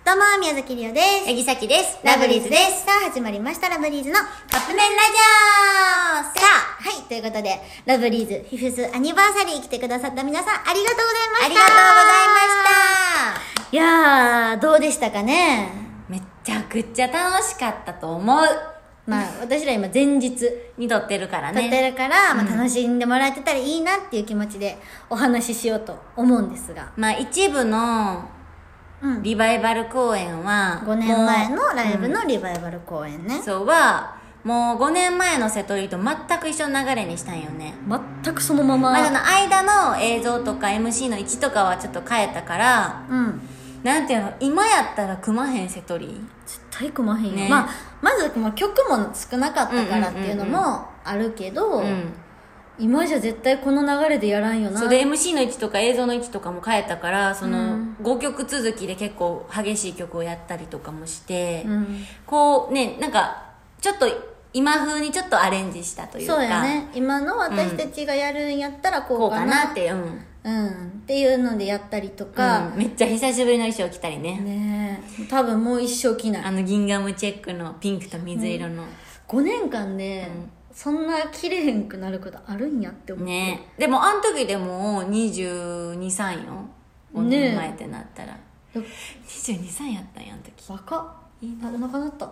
どうも、宮崎りおです。 八木咲です。 ラブリーズです。さあ、始まりました、ラブリーズのカップ麺ラジオ。さあ、はい、ということで、ラブリーズフィフスアニバーサリー来てくださった皆さん、ありがとうございました。 ありがとうございました。 いやー、どうでしたかね。 めちゃくちゃ楽しかったと思う。 まあ、私ら今前日に撮ってるからね。 撮ってるから、まあ、楽しんでもらえてたらいいなっていう気持ちでお話ししようと思うんですが。 まあ、一部のリバイバル公演は、 5年前のライブのリバイバル公演ね。 そうは、もう5年前の瀬戸りと全く一緒の流れにしたんよね。 全くそのまま。 まあ、その間の映像とか MC の位置とかはちょっと変えたから、なんていうの、今やったら組まへん瀬戸り絶対組まへんよ、 ね。 まず曲も少なかったからっていうのもあるけど、今じゃ絶対この流れでやらんよな。 それで MC の位置とか映像の位置とかも変えたから、その5曲続きで結構激しい曲をやったりとかもして、こうね、なんかちょっと今風にちょっとアレンジしたというか。 そうやね、今の私たちがやるんやったらこうかなってっていうのでやったりとか、 めっちゃ久しぶりの衣装着たりね。 ねえ、多分もう一生着ない。 ギンガムチェックのピンクと水色の、 5年間で、そんな着れへんくなることあるんやって思ってね。でもあの時でも22、3よ。5年前ってなったら、22、3やったんや、あの時。 若っ。お腹なった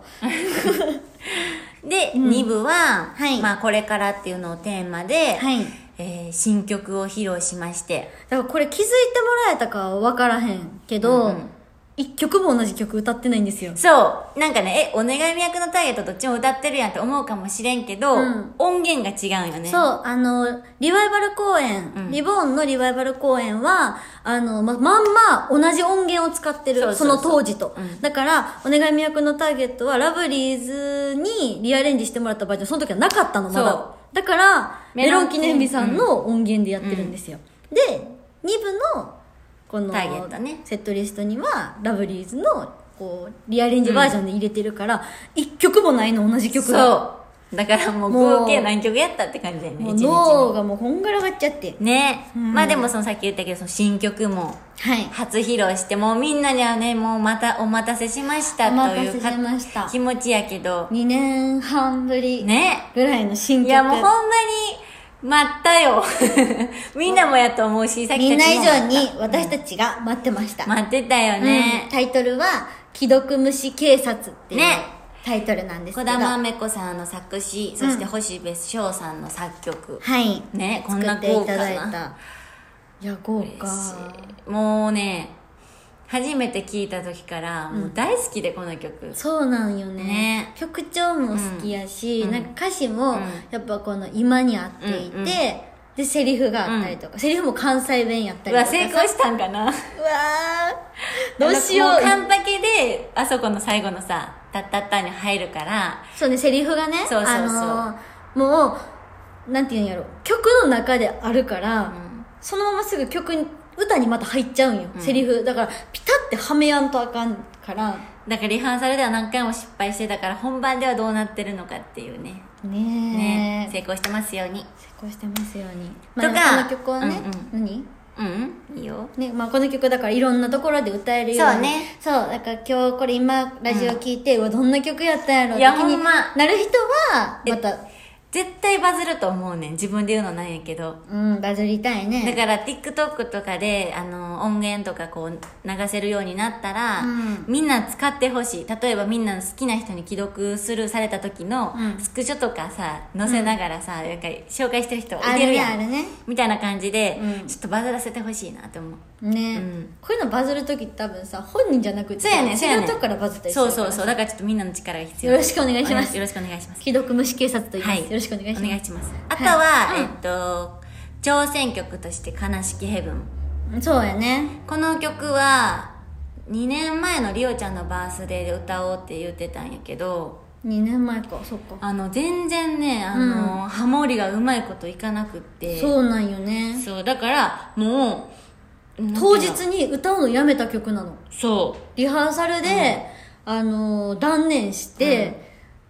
で、2部は、まあこれからっていうのをテーマで、新曲を披露しまして。 だからこれ気づいてもらえたかは分からへんけど、一曲も同じ曲歌ってないんですよ。 そう。なんかね、お願い役のターゲットどっちも歌ってるやんって思うかもしれんけど、音源が違うんよね。 そう、リバイバル公演、リボーンのリバイバル公演は、まんま同じ音源を使ってる。その当時と。だから、お願い役のターゲットは、ラブリーズにリアレンジしてもらったバージョン、その時はなかったの、まだ。だから、メロン記念日さんの音源でやってるんですよ。で、2部の、このターゲットね、 セットリストにはラブリーズのこうリアレンジバージョンで入れてるから、1曲もないの、同じ曲が。 そうだからもう合計何曲やったって感じだよね。 もう脳がもうこんがらがっちゃってね。まあでもそのさっき言ったけど、その新曲も初披露して、もうみんなにはね、もうまたお待たせしましたという気持ちやけど、 2年半ぶりぐらいの新曲。 いやもうほんまに待ったよみんなもやと思うし、さっきみんな以上に私たちが待ってました。 待ってたよね。 タイトルは既読無視警察っていうタイトルなんですけど、 児玉めこさんの作詞、そして星部翔さんの作曲、ね、こんな豪華な、 作っていただいた。いや、豪華。 もうね、初めて聴いた時からもう大好きで、この曲。 そうなんよね。曲調も好きやし、なんか歌詞もやっぱこの今に合っていて、でセリフがあったりとか、セリフも関西弁やったりとか。 成功したんかな。うわー、どうしよう。 カンパケであそこの最後のさ、タッタッタに入るから。 そうね、セリフがね、 そうそうそう、 もうなんていうんやろ、曲の中であるから、そのまますぐ歌にまた入っちゃうんよ、セリフだからピタってはめやんとあかんから。 だからリハーサルでは何回も失敗してたから、本番ではどうなってるのかっていうね。ね、成功してますように。 成功してますように。 とか、 この曲はね、何？ いいよ。 ね、まあこの曲だからいろんなところで歌えるように。そうね。そう、だから今日これ今ラジオ聞いて、どんな曲やったんやろって気になる人は、また。 絶対バズると思うねん。自分で言うのなんやけど。 バズりたいね。 だから TikTok とかで、音源とかこう流せるようになったら、みんな使ってほしい。例えばみんな好きな人に既読された時の、スクショとかさ、載せながらさ、なんか紹介してる人いてるやん。 あるね。 みたいな感じで、ちょっとバズらせてほしいなって思う。 ね、こういうのバズる時多分さ、本人じゃなくて、違うとこからバズったりするから。 そう。だからちょっとみんなの力が必要。 よろしくお願いします。 よろしくお願いします。 既読無視警察と言います。よろしくお願いします。 お願いします。あとは、挑戦曲として悲しきヘブン。 そうやね。この曲は、2年前のリオちゃんのバースデーで歌おうって言ってたんやけど、 2年前か、そっか。 全然ね、ハモリがうまいこといかなくって。 そうなんよね。 そう、だから、もう、 当日に歌うのやめた曲なの。 そう。 リハーサルで、断念して、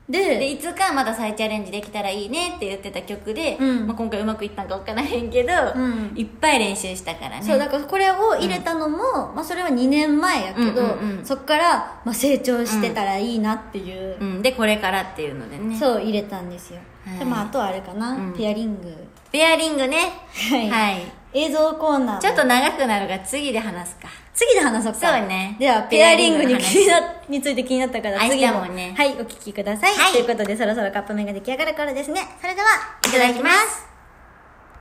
でいつかまた再チャレンジできたらいいねって言ってた曲で、まあ、今回うまくいったんか分からへんけど、いっぱい練習したからね。 そうだからこれを入れたのも、まあ、それは2年前やけど、そっから、まあ、成長してたらいいなっていう、 でこれからっていうのでね、 そう入れたんですよ。でまあ、あとはあれかな、ペアリングね。はい、 映像コーナーちょっと長くなるが次で話すか。 次で話そうか。 そうね。 ではペアリングについて気になった方、次もね、 はいお聞きください、ということでそろそろカップ麺が出来上がるからですね。それではいただきます。